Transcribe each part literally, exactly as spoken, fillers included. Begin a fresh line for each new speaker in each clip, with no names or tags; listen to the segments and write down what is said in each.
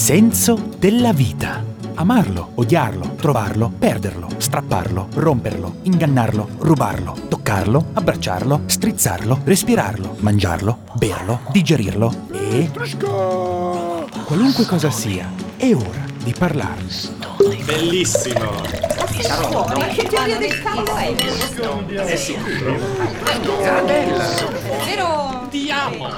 senso della vita. Amarlo, odiarlo, trovarlo, perderlo, strapparlo, romperlo, ingannarlo, rubarlo, toccarlo, abbracciarlo, strizzarlo, respirarlo, mangiarlo, berlo, digerirlo e... qualunque cosa sia, è ora di parlarne.
Bellissimo!
Che teoria del cavolo è?
Eh sì.
Vero?
Ti amo!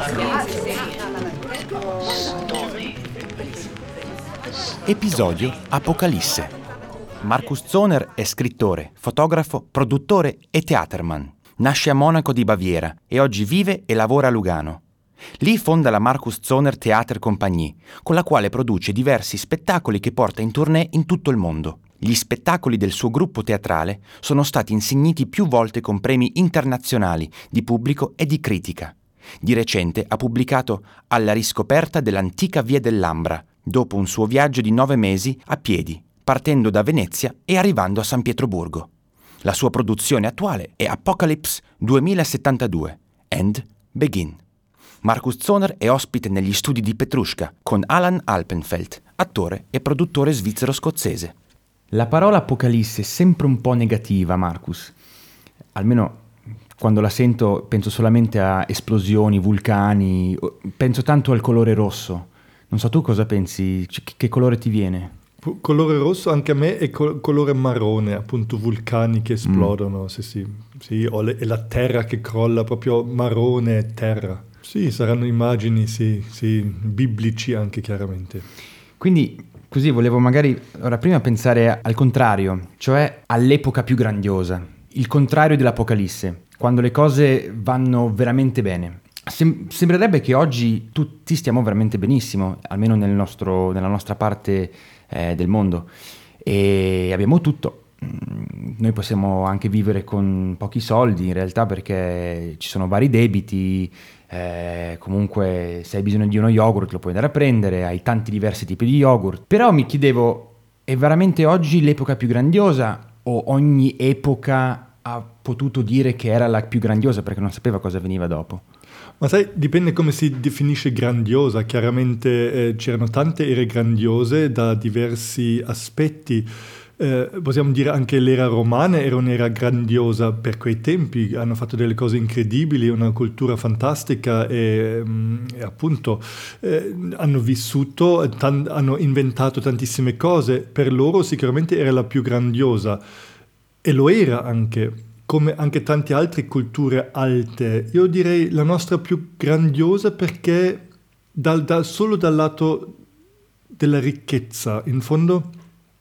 Episodio Apocalisse. Markus Zohner è scrittore, fotografo, produttore e theaterman. Nasce a Monaco di Baviera e oggi vive e lavora a Lugano. Lì fonda la Markus Zohner Theater Compagnie, con la quale produce diversi spettacoli che porta in tournée in tutto il mondo. Gli spettacoli del suo gruppo teatrale sono stati insigniti più volte con premi internazionali di pubblico e di critica. Di recente ha pubblicato Alla riscoperta dell'antica via dell'Ambra, dopo un suo viaggio di nove mesi a piedi, partendo da Venezia e arrivando a San Pietroburgo. La sua produzione attuale è Apocalypse duemilasettantadue, End Begin. Markus Zohner è ospite negli studi di Petrushka con Alan Alpenfeld, attore e produttore svizzero-scozzese. La parola Apocalisse è sempre un po' negativa, Markus. Almeno quando la sento penso solamente a esplosioni, vulcani, penso tanto al colore rosso. Non so tu cosa pensi, che colore ti viene?
Colore rosso anche a me è col- colore marrone, appunto vulcani che esplodono, mm. sì, sì, sì, o le- e la terra che crolla, proprio marrone terra. Sì, saranno immagini, sì, sì, biblici anche chiaramente.
Quindi così volevo magari ora prima pensare al contrario, cioè all'epoca più grandiosa, il contrario dell'Apocalisse, quando le cose vanno veramente bene. Sem- sembrerebbe che oggi tutti stiamo veramente benissimo, almeno nel nostro, nella nostra parte eh, del mondo, e abbiamo tutto. Noi possiamo anche vivere con pochi soldi in realtà, perché ci sono vari debiti, eh, comunque se hai bisogno di uno yogurt lo puoi andare a prendere, hai tanti diversi tipi di yogurt. Però mi chiedevo, è veramente oggi l'epoca più grandiosa o ogni epoca ha potuto dire che era la più grandiosa perché non sapeva cosa veniva dopo?
Ma sai, dipende come si definisce grandiosa. Chiaramente eh, c'erano tante ere grandiose da diversi aspetti. Eh, possiamo dire anche l'era romana era un'era grandiosa per quei tempi, hanno fatto delle cose incredibili, una cultura fantastica e, e appunto eh, hanno vissuto, tan- hanno inventato tantissime cose. Per loro sicuramente era la più grandiosa e lo era anche. Come anche tante altre culture alte, io direi la nostra più grandiosa perché dal, da, solo dal lato della ricchezza, in fondo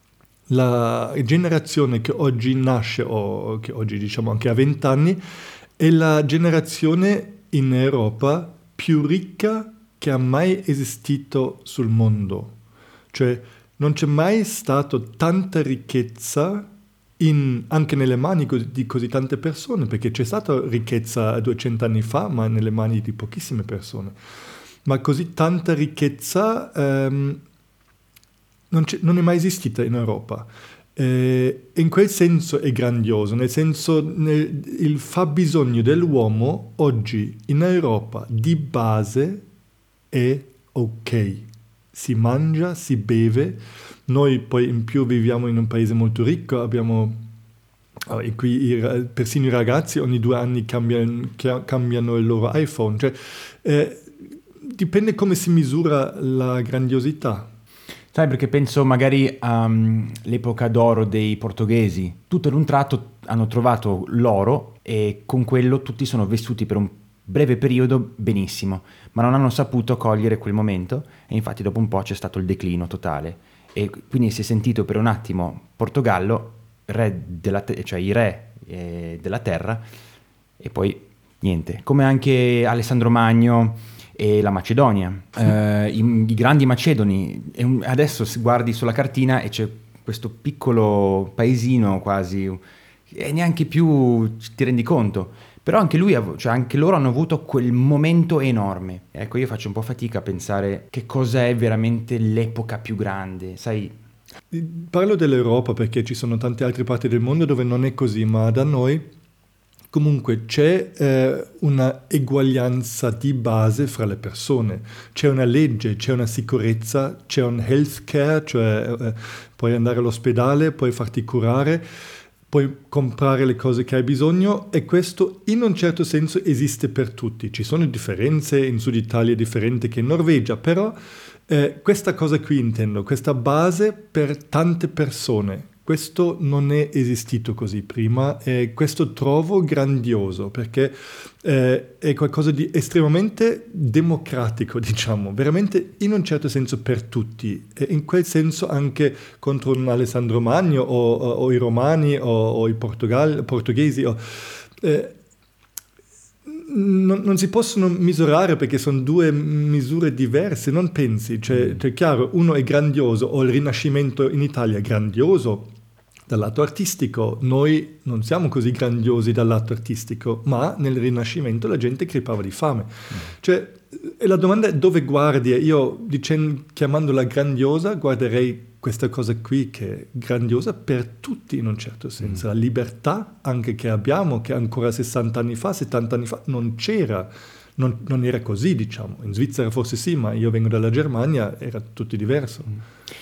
la generazione che oggi nasce, o che oggi diciamo anche ha vent'anni, è la generazione in Europa più ricca che ha mai esistito sul mondo. Cioè non c'è mai stato tanta ricchezza In, anche nelle mani di così tante persone, perché c'è stata ricchezza duecento anni fa, ma nelle mani di pochissime persone. Ma così tanta ricchezza ehm, non, non è mai esistita in Europa. Eh, in quel senso è grandioso, nel senso nel, il fabbisogno dell'uomo oggi in Europa di base è ok. Si mangia, si beve. Noi poi in più viviamo in un paese molto ricco, abbiamo e qui i, persino i ragazzi ogni due anni cambiano, cambiano il loro iPhone, cioè eh, dipende come si misura la grandiosità.
Sai, perché penso magari all'epoca um, d'oro dei portoghesi, tutto ad un tratto hanno trovato l'oro e con quello tutti sono vissuti per un breve periodo benissimo, ma non hanno saputo cogliere quel momento e infatti dopo un po' c'è stato il declino totale. E quindi si è sentito per un attimo Portogallo, re della te- cioè i re eh, della terra, e poi niente. Come anche Alessandro Magno e la Macedonia, eh, i, i grandi macedoni. E un, adesso guardi sulla cartina e c'è questo piccolo paesino quasi, e neanche più ti rendi conto. Però anche lui, cioè anche loro hanno avuto quel momento enorme. Ecco, io faccio un po' fatica a pensare che cosa è veramente l'epoca più grande, sai?
Parlo dell'Europa perché ci sono tante altre parti del mondo dove non è così, ma da noi Comunque c'è eh, una eguaglianza di base fra le persone, c'è una legge, c'è una sicurezza, c'è un healthcare, cioè eh, puoi andare all'ospedale, puoi farti curare, puoi comprare le cose che hai bisogno e questo in un certo senso esiste per tutti. Ci sono differenze, in Sud Italia è differente che in Norvegia, però eh, questa cosa qui intendo, questa base per tante persone. Questo non è esistito così prima e questo trovo grandioso perché eh, è qualcosa di estremamente democratico, diciamo, veramente in un certo senso per tutti e in quel senso anche contro un Alessandro Magno o, o, o i romani o, o i portogal- portoghesi. O, eh, Non, non si possono misurare perché sono due misure diverse, non pensi? Cioè, cioè, chiaro, uno è grandioso, o il Rinascimento in Italia è grandioso dal lato artistico, noi non siamo così grandiosi dal lato artistico, ma nel Rinascimento la gente crepava di fame. Mm. Cioè, e la domanda è dove guardi? Io, dicendo, chiamandola grandiosa, guarderei questa cosa qui che è grandiosa per tutti in un certo senso. Mm. La libertà anche che abbiamo, che ancora sessanta anni fa, settanta anni fa non c'era, non, non era così, diciamo. In Svizzera forse sì, ma io vengo dalla Germania, era tutto diverso.
Mm.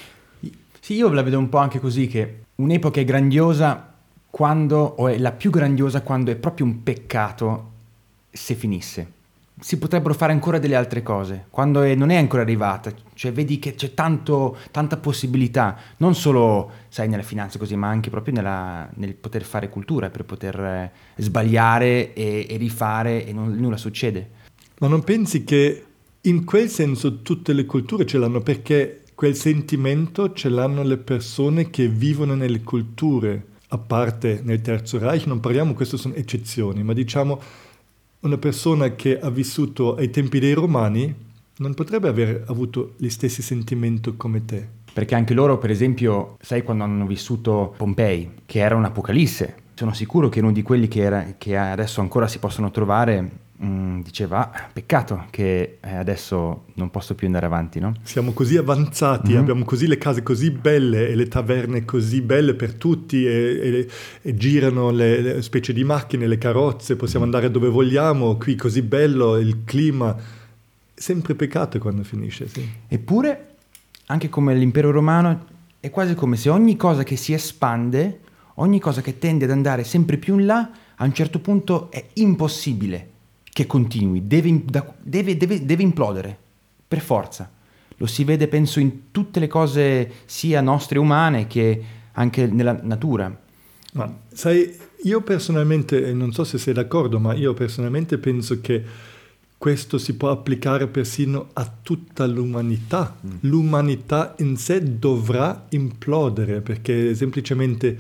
Sì, io la vedo un po' anche così, che un'epoca è grandiosa quando, o è la più grandiosa quando è proprio un peccato se finisse. Si potrebbero fare ancora delle altre cose, quando è, non è ancora arrivata, cioè vedi che c'è tanto, tanta possibilità, non solo, sai, nella finanza così, ma anche proprio nella, nel poter fare cultura, per poter eh, sbagliare e, e rifare e non, nulla succede.
Ma non pensi che in quel senso tutte le culture ce l'hanno, perché quel sentimento ce l'hanno le persone che vivono nelle culture, a parte nel Terzo Reich, non parliamo, queste sono eccezioni, ma diciamo una persona che ha vissuto ai tempi dei Romani non potrebbe aver avuto gli stessi sentimenti come te.
Perché anche loro, per esempio, sai quando hanno vissuto Pompei, che era un'apocalisse, sono sicuro che uno di quelli che, era, che adesso ancora si possono trovare mh, diceva, ah, peccato che adesso non posso più andare avanti, no?
Siamo così avanzati, mm-hmm. abbiamo così le case così belle e le taverne così belle per tutti e, e, e girano le, le specie di macchine, le carrozze, possiamo andare dove vogliamo, qui così bello, il clima, sempre peccato quando finisce, sì.
Eppure, anche come l'impero romano, è quasi come se ogni cosa che si espande, ogni cosa che tende ad andare sempre più in là, a un certo punto è impossibile che continui, deve, deve, deve, deve implodere, per forza. Lo si vede, penso, in tutte le cose sia nostre umane che anche nella natura.
Ma sai, io personalmente, non so se sei d'accordo, ma io personalmente penso che questo si può applicare persino a tutta l'umanità. Mm. L'umanità in sé dovrà implodere, perché semplicemente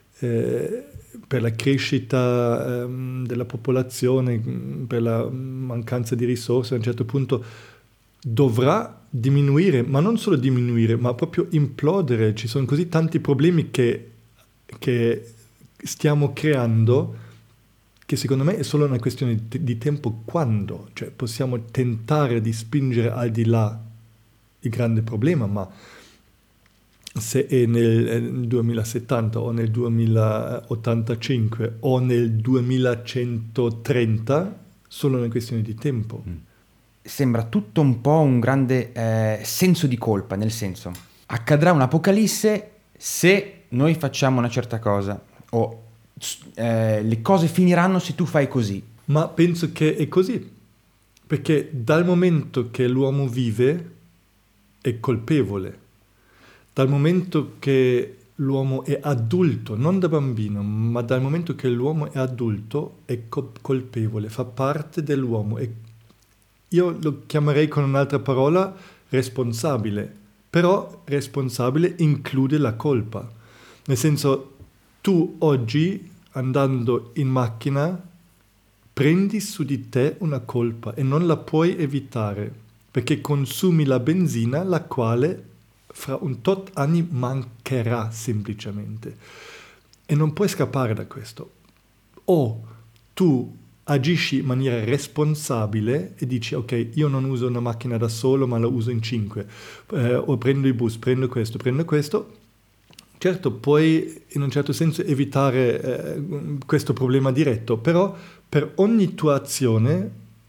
eh, per la crescita ehm, della popolazione, per la mancanza di risorse, a un certo punto dovrà diminuire, ma non solo diminuire, ma proprio implodere. Ci sono così tanti problemi che, che stiamo creando, che secondo me è solo una questione di, di tempo quando, cioè possiamo tentare di spingere al di là il grande problema, ma se è nel duemilasettanta o nel duemilaottantacinque o nel duemilacentotrenta, solo una questione di tempo.
Sembra tutto un po' un grande eh, senso di colpa, nel senso, accadrà un'apocalisse se noi facciamo una certa cosa, o eh, le cose finiranno se tu fai così.
Ma penso che è così, perché dal momento che l'uomo vive è colpevole, dal momento che l'uomo è adulto, non da bambino, ma dal momento che l'uomo è adulto è co- colpevole, fa parte dell'uomo. E io lo chiamerei con un'altra parola responsabile, però responsabile include la colpa. Nel senso, tu oggi andando in macchina prendi su di te una colpa e non la puoi evitare, perché consumi la benzina, la quale fra un tot anni mancherà semplicemente. E non puoi scappare da questo. O tu agisci in maniera responsabile e dici ok, io non uso una macchina da solo ma la uso in cinque, eh, o prendo il bus, prendo questo, prendo questo, certo puoi in un certo senso evitare eh, questo problema diretto, però per ogni tua azione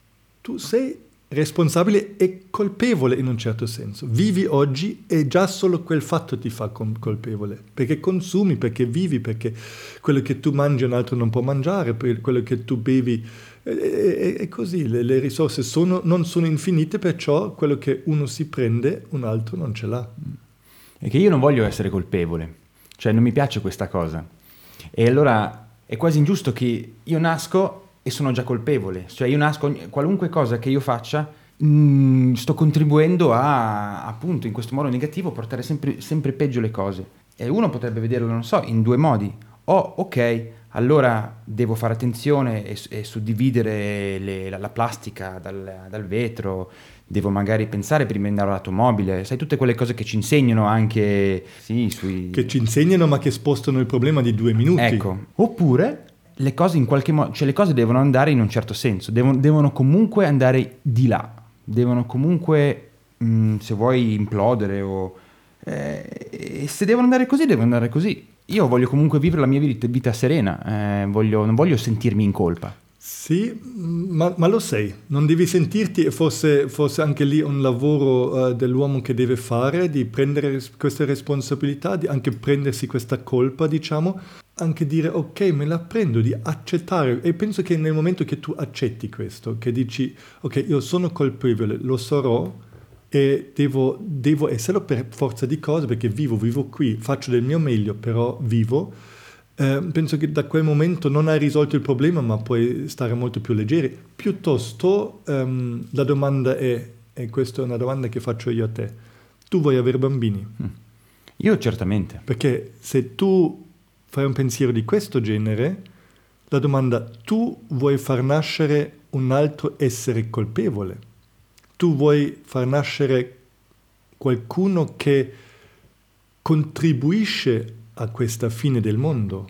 tu sei responsabile e colpevole in un certo senso. Vivi oggi e già solo quel fatto ti fa colpevole, perché consumi, perché vivi, perché quello che tu mangi un altro non può mangiare, perché quello che tu bevi è, è così, le, le risorse sono, non sono infinite, perciò quello che uno si prende un altro non ce l'ha.
È che io non voglio essere colpevole, cioè non mi piace questa cosa, e allora è quasi ingiusto che io nasco e sono già colpevole, cioè io nasco, qualunque cosa che io faccia mh, sto contribuendo a, appunto, in questo modo negativo, portare sempre, sempre peggio le cose. E uno potrebbe vederlo, non so, in due modi: o ok, allora devo fare attenzione e, e suddividere le, la, la plastica dal, dal vetro, devo magari pensare prima di andare all'automobile, sai, tutte quelle cose che ci insegnano anche, sì, sui...
Che ci insegnano ma che spostano il problema di due minuti.
Ecco, oppure le cose in qualche modo, cioè le cose devono andare in un certo senso, devono, devono comunque andare di là, devono comunque, mh, se vuoi, implodere o... Eh, e se devono andare così, devono andare così. Io voglio comunque vivere la mia vita, vita serena, eh, voglio, non voglio sentirmi in colpa.
Sì, ma, ma lo sei, non devi sentirti, e forse, forse anche lì un lavoro uh, dell'uomo che deve fare, di prendere res- queste responsabilità, di anche prendersi questa colpa, diciamo, anche dire ok, me la prendo, di accettare. E penso che nel momento che tu accetti questo, che dici ok, io sono colpevole, lo sarò e devo, devo esserlo per forza di cose, perché vivo, vivo qui, faccio del mio meglio, però vivo. Eh, penso che da quel momento non hai risolto il problema, ma puoi stare molto più leggeri. Piuttosto um, la domanda è, e questa è una domanda che faccio io a te: tu vuoi avere bambini?
Mm. Io certamente.
Perché se tu fai un pensiero di questo genere, la domanda: tu vuoi far nascere un altro essere colpevole? Tu vuoi far nascere qualcuno che contribuisce a questa fine del mondo,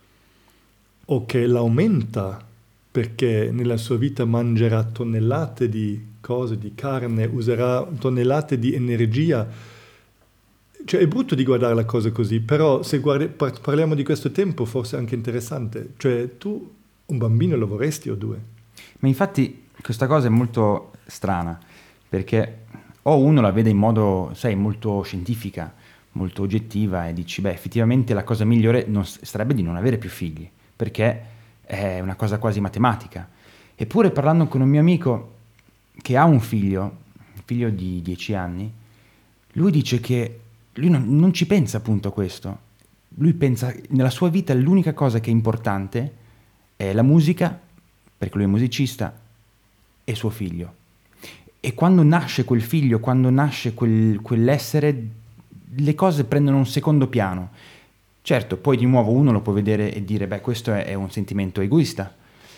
o che l'aumenta perché nella sua vita mangerà tonnellate di cose, di carne, userà tonnellate di energia. Cioè è brutto di guardare la cosa così, però se guardi, par- parliamo di questo tempo forse è anche interessante. Cioè tu un bambino lo vorresti o due?
Ma infatti questa cosa è molto strana, perché o uno la vede in modo, sai, molto scientifica, molto oggettiva, e dici, beh, effettivamente la cosa migliore non, sarebbe di non avere più figli, perché è una cosa quasi matematica. Eppure, parlando con un mio amico che ha un figlio, un figlio di dieci anni, lui dice che lui non, non ci pensa appunto a questo. Lui pensa, nella sua vita l'unica cosa che è importante è la musica, perché lui è musicista, e suo figlio. E quando nasce quel figlio, quando nasce quel, quell'essere, le cose prendono un secondo piano. Certo, poi di nuovo uno lo può vedere e dire, beh, questo è, è un sentimento egoista,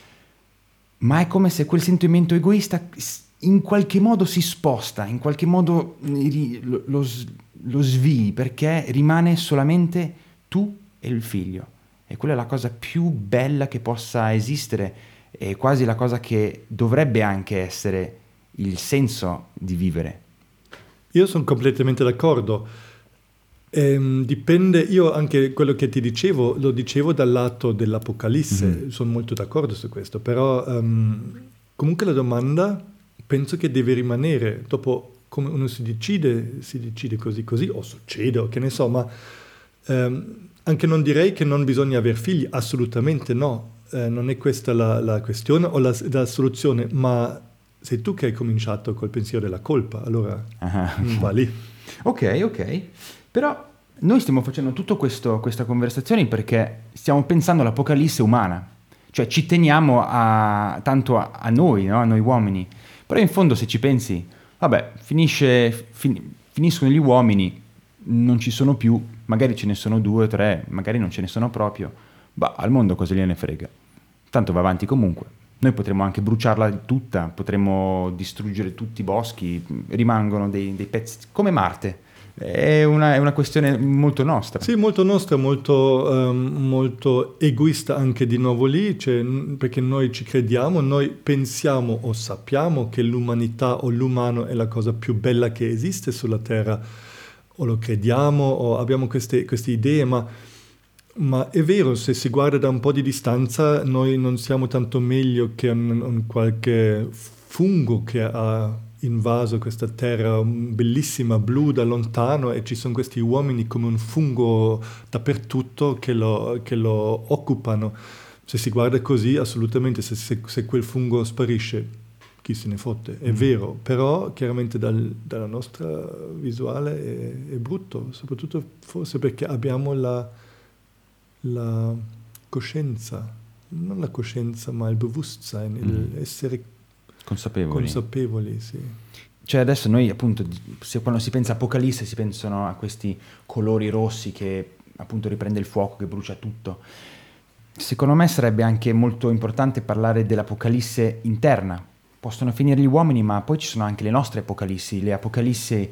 ma è come se quel sentimento egoista in qualche modo si sposta, in qualche modo lo, lo, lo svii, perché rimane solamente tu e il figlio. E quella è la cosa più bella che possa esistere, è quasi la cosa che dovrebbe anche essere il senso di vivere.
Io sono completamente d'accordo. Ehm, dipende, io anche quello che ti dicevo lo dicevo dal lato dell'Apocalisse, mm-hmm. Sono molto d'accordo su questo, però um, comunque la domanda penso che deve rimanere. Dopo, come uno si decide, si decide così così, o succede, o che ne so, ma um, anche non direi che non bisogna aver figli, assolutamente no, eh, non è questa la, la questione o la, la soluzione, ma sei tu che hai cominciato col pensiero della colpa, allora uh-huh. va lì.
Ok, ok. Però noi stiamo facendo tutta questa conversazione perché stiamo pensando all'Apocalisse umana, cioè ci teniamo a, tanto a, a noi, no? A noi uomini. Però in fondo, se ci pensi, vabbè, finisce, fin, finiscono gli uomini, non ci sono più, magari ce ne sono due o tre, magari non ce ne sono proprio. Bah, al mondo cosa gliene frega? Tanto va avanti comunque. Noi potremmo anche bruciarla tutta, potremmo distruggere tutti i boschi, rimangono dei, dei pezzi, come Marte. È una, è una questione molto nostra.
Sì, molto nostra, molto, um, molto egoista anche di nuovo lì, cioè, perché noi ci crediamo, noi pensiamo o sappiamo che l'umanità o l'umano è la cosa più bella che esiste sulla Terra, o lo crediamo o abbiamo queste, queste idee, ma, ma è vero, se si guarda da un po' di distanza noi non siamo tanto meglio che un, un qualche fungo che ha invaso questa terra bellissima blu da lontano e ci sono questi uomini come un fungo dappertutto che lo, che lo occupano. Se si guarda così, assolutamente, se, se, se quel fungo sparisce, chi se ne fotte, è mm. vero, però chiaramente dal, dalla nostra visuale è, è brutto, soprattutto forse perché abbiamo la, la coscienza, non la coscienza ma il Bewusstsein, mm. il essere
consapevoli.
Consapevoli, sì.
Cioè adesso noi appunto, se quando si pensa a Apocalisse si pensano a questi colori rossi che appunto riprende il fuoco, che brucia tutto. Secondo me sarebbe anche molto importante parlare dell'Apocalisse interna. Possono finire gli uomini, ma poi ci sono anche le nostre Apocalissi, le Apocalissi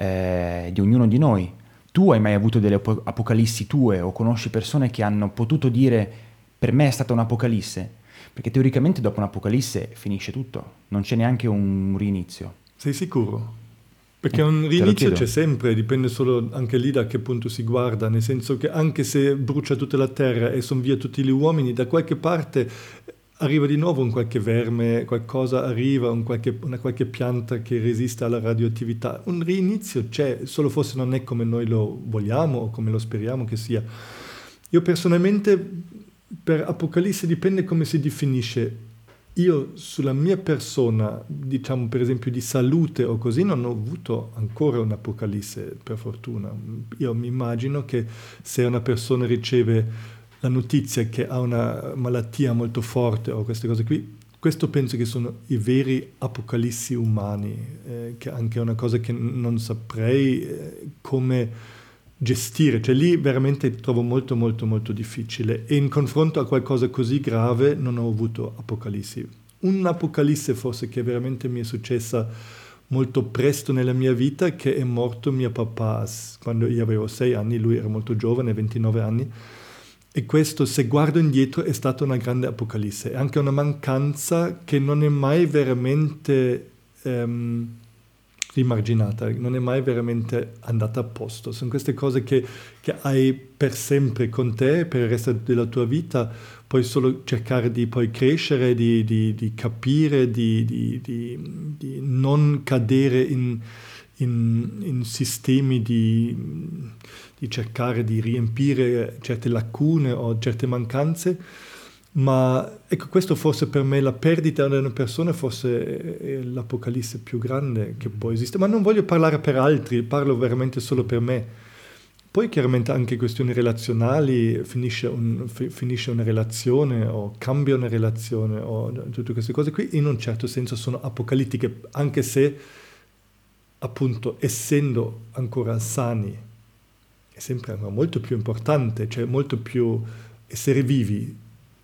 eh, di ognuno di noi. Tu hai mai avuto delle ap- Apocalissi tue o conosci persone che hanno potuto dire per me è stata un'Apocalisse? Perché teoricamente dopo un'Apocalisse finisce tutto, non c'è neanche un rinizio.
Sei sicuro? Perché un rinizio c'è sempre, dipende solo anche lì da che punto si guarda, nel senso che anche se brucia tutta la terra e sono via tutti gli uomini, da qualche parte arriva di nuovo un qualche verme, qualcosa arriva, un qualche, una qualche pianta che resiste alla radioattività. Un rinizio c'è, solo forse non è come noi lo vogliamo o come lo speriamo che sia. Io personalmente... Per Apocalisse dipende come si definisce. Io sulla mia persona, diciamo per esempio di salute o così, non ho avuto ancora un'Apocalisse, per fortuna. Io mi immagino che se una persona riceve la notizia che ha una malattia molto forte o queste cose qui, questo penso che sono i veri apocalissi umani, eh, che anche è una cosa che non saprei eh, come... gestire, cioè lì veramente trovo molto molto molto difficile e in confronto a qualcosa così grave non ho avuto apocalissi. Un'apocalisse forse che veramente mi è successa molto presto nella mia vita, che è morto mio papà quando io avevo sei anni, lui era molto giovane, ventinove anni, e questo, se guardo indietro, è stata una grande apocalisse, è anche una mancanza che non è mai veramente... Um, rimarginata, non è mai veramente andata a posto. Sono queste cose che, che hai per sempre con te, per il resto della tua vita, puoi solo cercare di poi crescere, di, di, di capire, di, di, di, di non cadere in, in, in sistemi di, di cercare di riempire certe lacune o certe mancanze. Ma ecco, questo forse per me, la perdita di una persona forse è l'apocalisse più grande che può esistere, ma non voglio parlare per altri, parlo veramente solo per me. Poi chiaramente anche questioni relazionali, finisce, un, finisce una relazione o cambia una relazione o tutte queste cose qui, in un certo senso sono apocalittiche, anche se appunto essendo ancora sani è sempre molto più importante, cioè molto più essere vivi.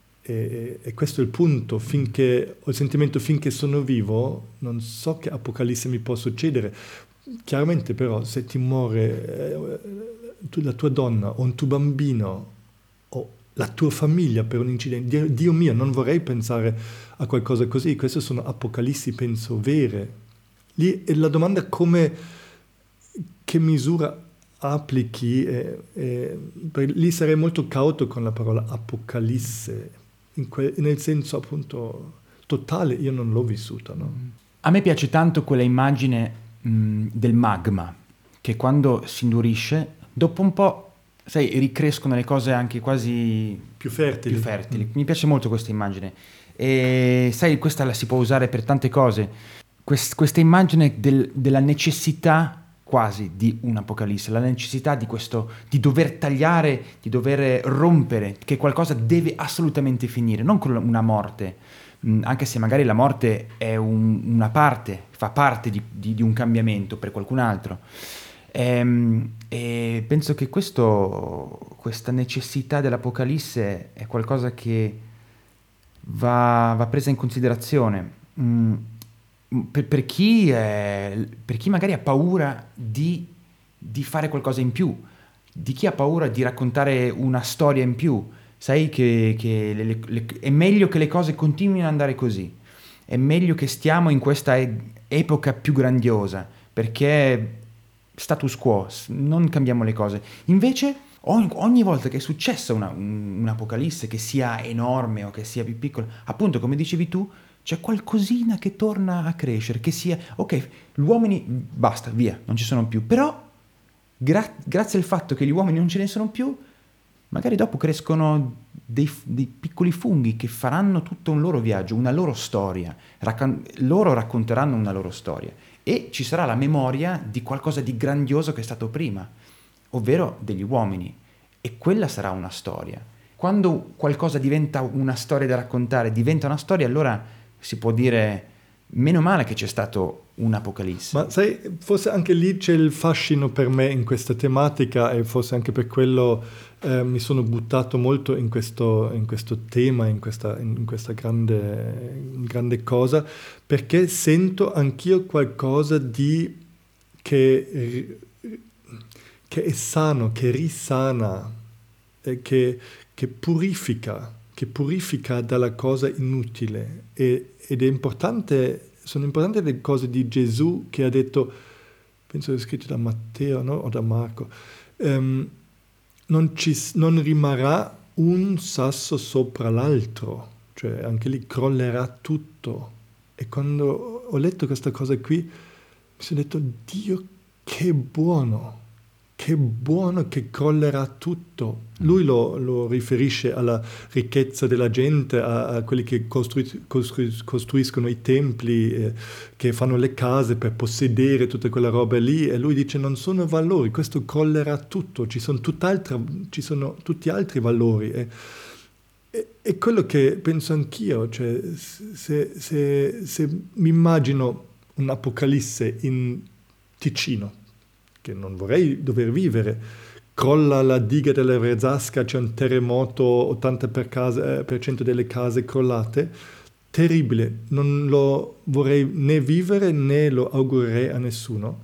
E, e questo è il punto, finché ho il sentimento finché sono vivo non so che apocalisse mi può succedere. Chiaramente però se ti muore eh, la tua donna o un tuo bambino o la tua famiglia per un incidente, Dio, Dio mio, non vorrei pensare a qualcosa così. Queste sono apocalissi, penso, vere. Lì è la domanda come, che misura applichi, e, e, lì sarei molto cauto con la parola apocalisse. In que- nel senso appunto totale, io non l'ho vissuta, no?
A me piace tanto quella immagine mh, del magma, che quando si indurisce, dopo un po', sai, ricrescono le cose anche quasi
più fertili.
Più fertili. Mm. Mi piace molto questa immagine. E sai, questa la si può usare per tante cose. Quest- questa immagine del- della necessità quasi di un'apocalisse, la necessità di questo, di dover tagliare, di dover rompere, che qualcosa deve assolutamente finire, non con una morte, mh, anche se magari la morte è un, una parte, fa parte di, di, di un cambiamento per qualcun altro. E, e penso che questo, questa necessità dell'apocalisse è qualcosa che va, va presa in considerazione. Mm, Per, per, chi è, per chi magari ha paura di, di fare qualcosa in più, di chi ha paura di raccontare una storia in più, sai che, che le, le, è meglio che le cose continuino ad andare così, è meglio che stiamo in questa e- epoca più grandiosa, perché status quo, non cambiamo le cose. Invece ogni, ogni volta che è successa una, un, un'apocalisse, che sia enorme o che sia più piccola, appunto come dicevi tu, c'è qualcosina che torna a crescere, che sia, ok, gli uomini, basta, via, non ci sono più, però gra- grazie al fatto che gli uomini non ce ne sono più, magari dopo crescono dei, dei piccoli funghi che faranno tutto un loro viaggio, una loro storia, Raccan- loro racconteranno una loro storia e ci sarà la memoria di qualcosa di grandioso che è stato prima, ovvero degli uomini, e quella sarà una storia. Quando qualcosa diventa una storia da raccontare, diventa una storia, allora si può dire meno male che c'è stato un'apocalisse.
Ma sai, forse anche lì c'è il fascino per me in questa tematica e forse anche per quello eh, mi sono buttato molto in questo, in questo tema, in questa, in questa grande, grande cosa, perché sento anch'io qualcosa di che, che è sano, che risana, eh, che, che purifica, che purifica dalla cosa inutile. E, ed è importante, sono importanti le cose di Gesù che ha detto, penso che è scritto da Matteo, no? O da Marco, um, non, ci, non rimarrà un sasso sopra l'altro, cioè anche lì crollerà tutto. E quando ho letto questa cosa qui mi sono detto, Dio che buono, che buono che crollerà tutto. Lui lo, lo riferisce alla ricchezza della gente, a, a quelli che costrui, costrui, costruiscono i templi, eh, che fanno le case per possedere tutta quella roba lì, e lui dice non sono valori, questo crollerà tutto, ci sono, ci sono tutti altri valori. E, e, è quello che penso anch'io, cioè se, se, se mi immagino un'apocalisse in Ticino, che non vorrei dover vivere, crolla la diga della Verzasca, c'è un terremoto, ottanta per cento delle case crollate, terribile, non lo vorrei né vivere né lo augurerei a nessuno,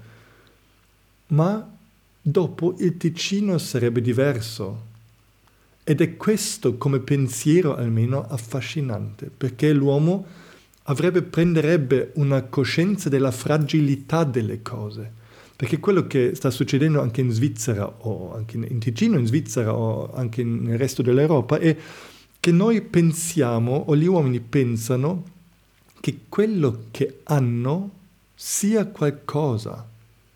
ma dopo il Ticino sarebbe diverso. Ed è questo, come pensiero almeno, affascinante, perché l'uomo avrebbe, prenderebbe una coscienza della fragilità delle cose. Perché quello che sta succedendo anche in Svizzera, o anche in Ticino, in Svizzera, o anche nel resto dell'Europa, è che noi pensiamo, o gli uomini pensano, che quello che hanno sia qualcosa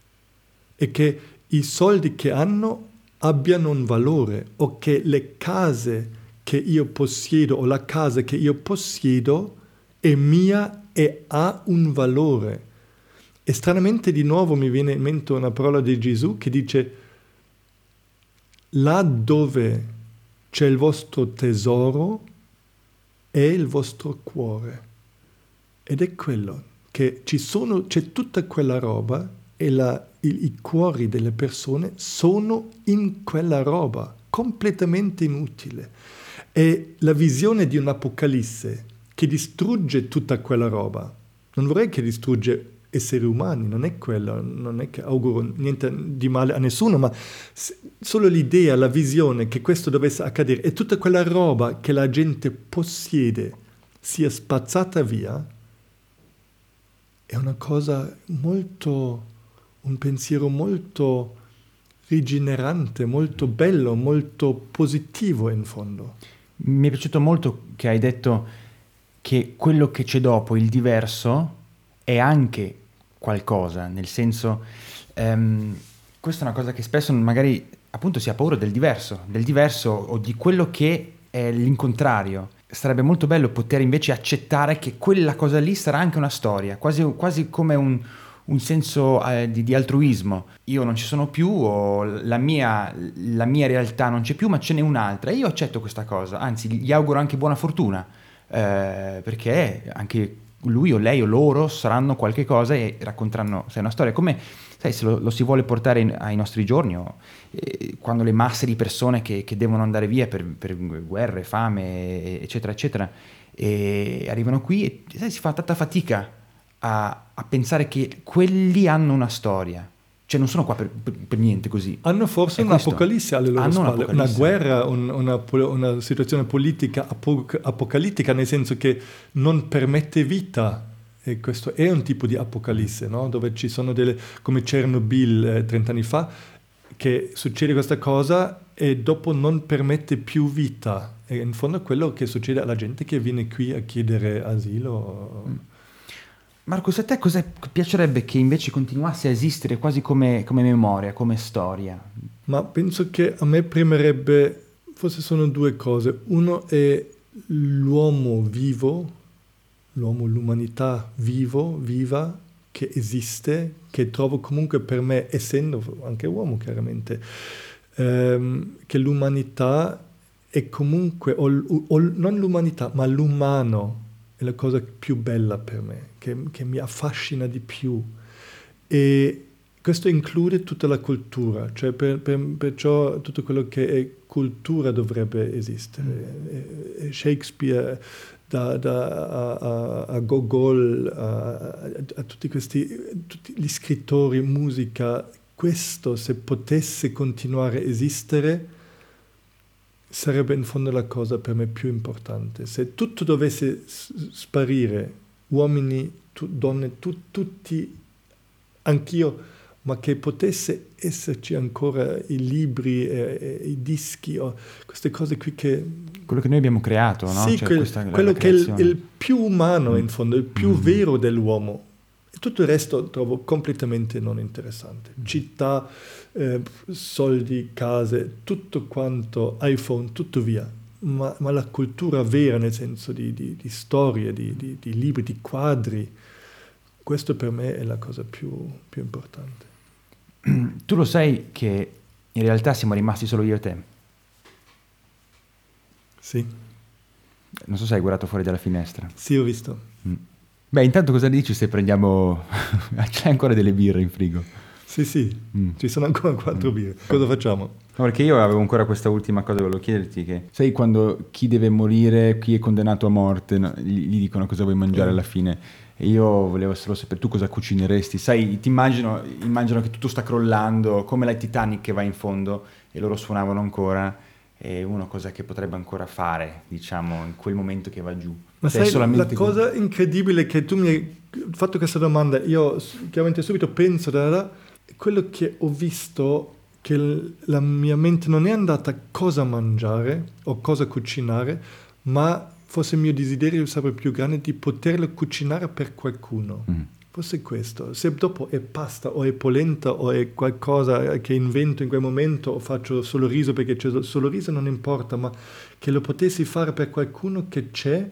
e che i soldi che hanno abbiano un valore, o che le case che io possiedo o la casa che io possiedo è mia e ha un valore. E stranamente di nuovo mi viene in mente una parola di Gesù che dice: là dove c'è il vostro tesoro è il vostro cuore. Ed è quello che ci sono, c'è tutta quella roba e la, i, i cuori delle persone sono in quella roba, completamente inutile. E la visione di un'apocalisse che distrugge tutta quella roba, non vorrei che distrugge esseri umani, non è quello, non è che auguro niente di male a nessuno, ma solo l'idea, la visione che questo dovesse accadere e tutta quella roba che la gente possiede sia spazzata via, è una cosa molto, un pensiero molto rigenerante, molto bello, molto positivo in fondo.
Mi è piaciuto molto che hai detto che quello che c'è dopo, il diverso, è anche qualcosa, nel senso, um, questa è una cosa che spesso magari appunto si ha paura del diverso, del diverso o di quello che è l'incontrario. Sarebbe molto bello poter invece accettare che quella cosa lì sarà anche una storia, quasi, quasi come un, un senso eh, di, di altruismo. Io non ci sono più, o la mia, la mia realtà non c'è più, ma ce n'è un'altra, e io accetto questa cosa, anzi gli auguro anche buona fortuna, eh, perché anche lui o lei o loro saranno qualche cosa e racconteranno, sai, una storia. Come, sai, se lo, lo si vuole portare in, ai nostri giorni, o, eh, quando le masse di persone che, che devono andare via per, per guerre, fame, eccetera, eccetera, e arrivano qui e, sai, si fa tanta fatica a, a pensare che quelli hanno una storia. Cioè non sono qua per, per, per niente così.
Hanno forse un'apocalisse alle loro spalle, una guerra, un, una, una situazione politica apoc- apocalittica, nel senso che non permette vita, E questo è un tipo di apocalisse, no? Dove ci sono delle, come Chernobyl eh, trent'anni fa, che succede questa cosa e dopo non permette più vita. E in fondo è quello che succede alla gente che viene qui a chiedere asilo.
Mm. Marcus, a te cosa piacerebbe che invece continuasse a esistere quasi come, come memoria, come storia?
Ma penso che a me premerebbe, forse sono due cose. Uno è l'uomo vivo, l'uomo, l'umanità vivo, viva, che esiste, che trovo comunque per me, essendo anche uomo chiaramente, ehm, che l'umanità è comunque, o, o, non l'umanità, ma l'umano è la cosa più bella per me, che, che mi affascina di più. E questo include tutta la cultura, cioè per, per, perciò tutto quello che è cultura dovrebbe esistere. Mm. E, e Shakespeare, da, da, a, a Gogol, a, a tutti questi, tutti gli scrittori, musica, questo se potesse continuare a esistere sarebbe in fondo la cosa per me più importante. Se tutto dovesse sparire, uomini, tu, donne, tu, tutti, anch'io, ma che potesse esserci ancora i libri, e, e, i dischi, o queste cose qui che...
Quello che noi abbiamo creato, no?
Sì,
cioè,
quel,
questa,
quello che è il, il più umano,
mm.
in fondo, il più
mm.
vero dell'uomo. E tutto il resto trovo completamente non interessante. Mm. Città, eh, soldi, case, tutto quanto, iPhone, tutto via. Ma, ma la cultura vera, nel senso di, di, di storie, di, di, di libri, di quadri, questo per me è la cosa più, più importante.
Tu lo sai che in realtà siamo rimasti solo io e te?
Sì.
Non so se hai guardato fuori dalla finestra.
Sì, ho visto.
Mm. Beh, intanto cosa dici se prendiamo... C'è ancora delle birre in frigo?
Sì, sì, mm. ci sono ancora quattro mm. birre. Cosa facciamo?
No, perché io avevo ancora questa ultima cosa, volevo chiederti che... Sai quando chi deve morire, chi è condannato a morte, no? gli, gli dicono cosa vuoi mangiare mm. alla fine. E io volevo solo sapere tu cosa cucineresti. Sai, ti immagino, immagino che tutto sta crollando, come la Titanic che va in fondo e loro suonavano ancora. E uno cosa che potrebbe ancora fare, diciamo, in quel momento che va giù.
Ma
Se
sai, la cosa
con...
incredibile che tu mi hai fatto questa domanda, io chiaramente subito penso, da, da, quello che ho visto, che l- la mia mente non è andata a cosa mangiare o cosa cucinare, ma forse il mio desiderio sempre più grande di poterlo cucinare per qualcuno. Mm. Forse questo. Se dopo è pasta o è polenta o è qualcosa che invento in quel momento o faccio solo riso perché c'è solo riso, non importa, ma che lo potessi fare per qualcuno che c'è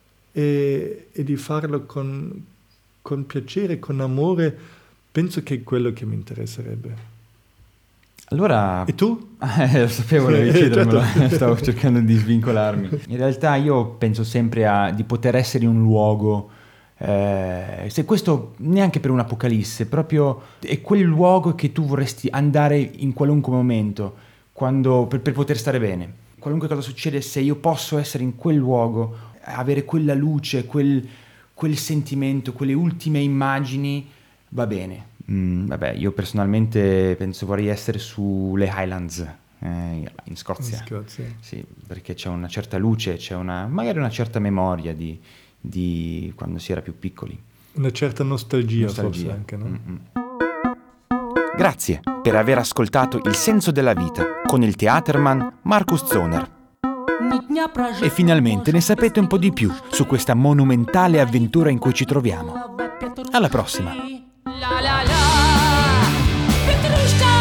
e, e di farlo con, con piacere, con amore, penso che è quello che mi interesserebbe.
Allora...
E tu?
Eh, lo sapevo, volevi chiedermelo, certo. Stavo cercando di svincolarmi. In realtà io penso sempre a, di poter essere in un luogo, eh, se questo neanche per un'apocalisse, proprio è quel luogo che tu vorresti andare in qualunque momento, quando, per, per poter stare bene. Qualunque cosa succede, se io posso essere in quel luogo, avere quella luce, quel, quel sentimento, quelle ultime immagini, va bene. Mm, vabbè, io personalmente penso vorrei essere sulle Highlands eh, in Scozia.
In Scozia.
Sì, perché c'è una certa luce, c'è una magari una certa memoria di, di quando si era più piccoli.
Una certa nostalgia,
nostalgia.
forse anche, no?
Mm-mm.
Grazie per aver ascoltato Il senso della vita con il Theaterman Marcus Zohner. E finalmente ne sapete un po' di più su questa monumentale avventura in cui ci troviamo. Alla prossima!
La la la, Petrushka.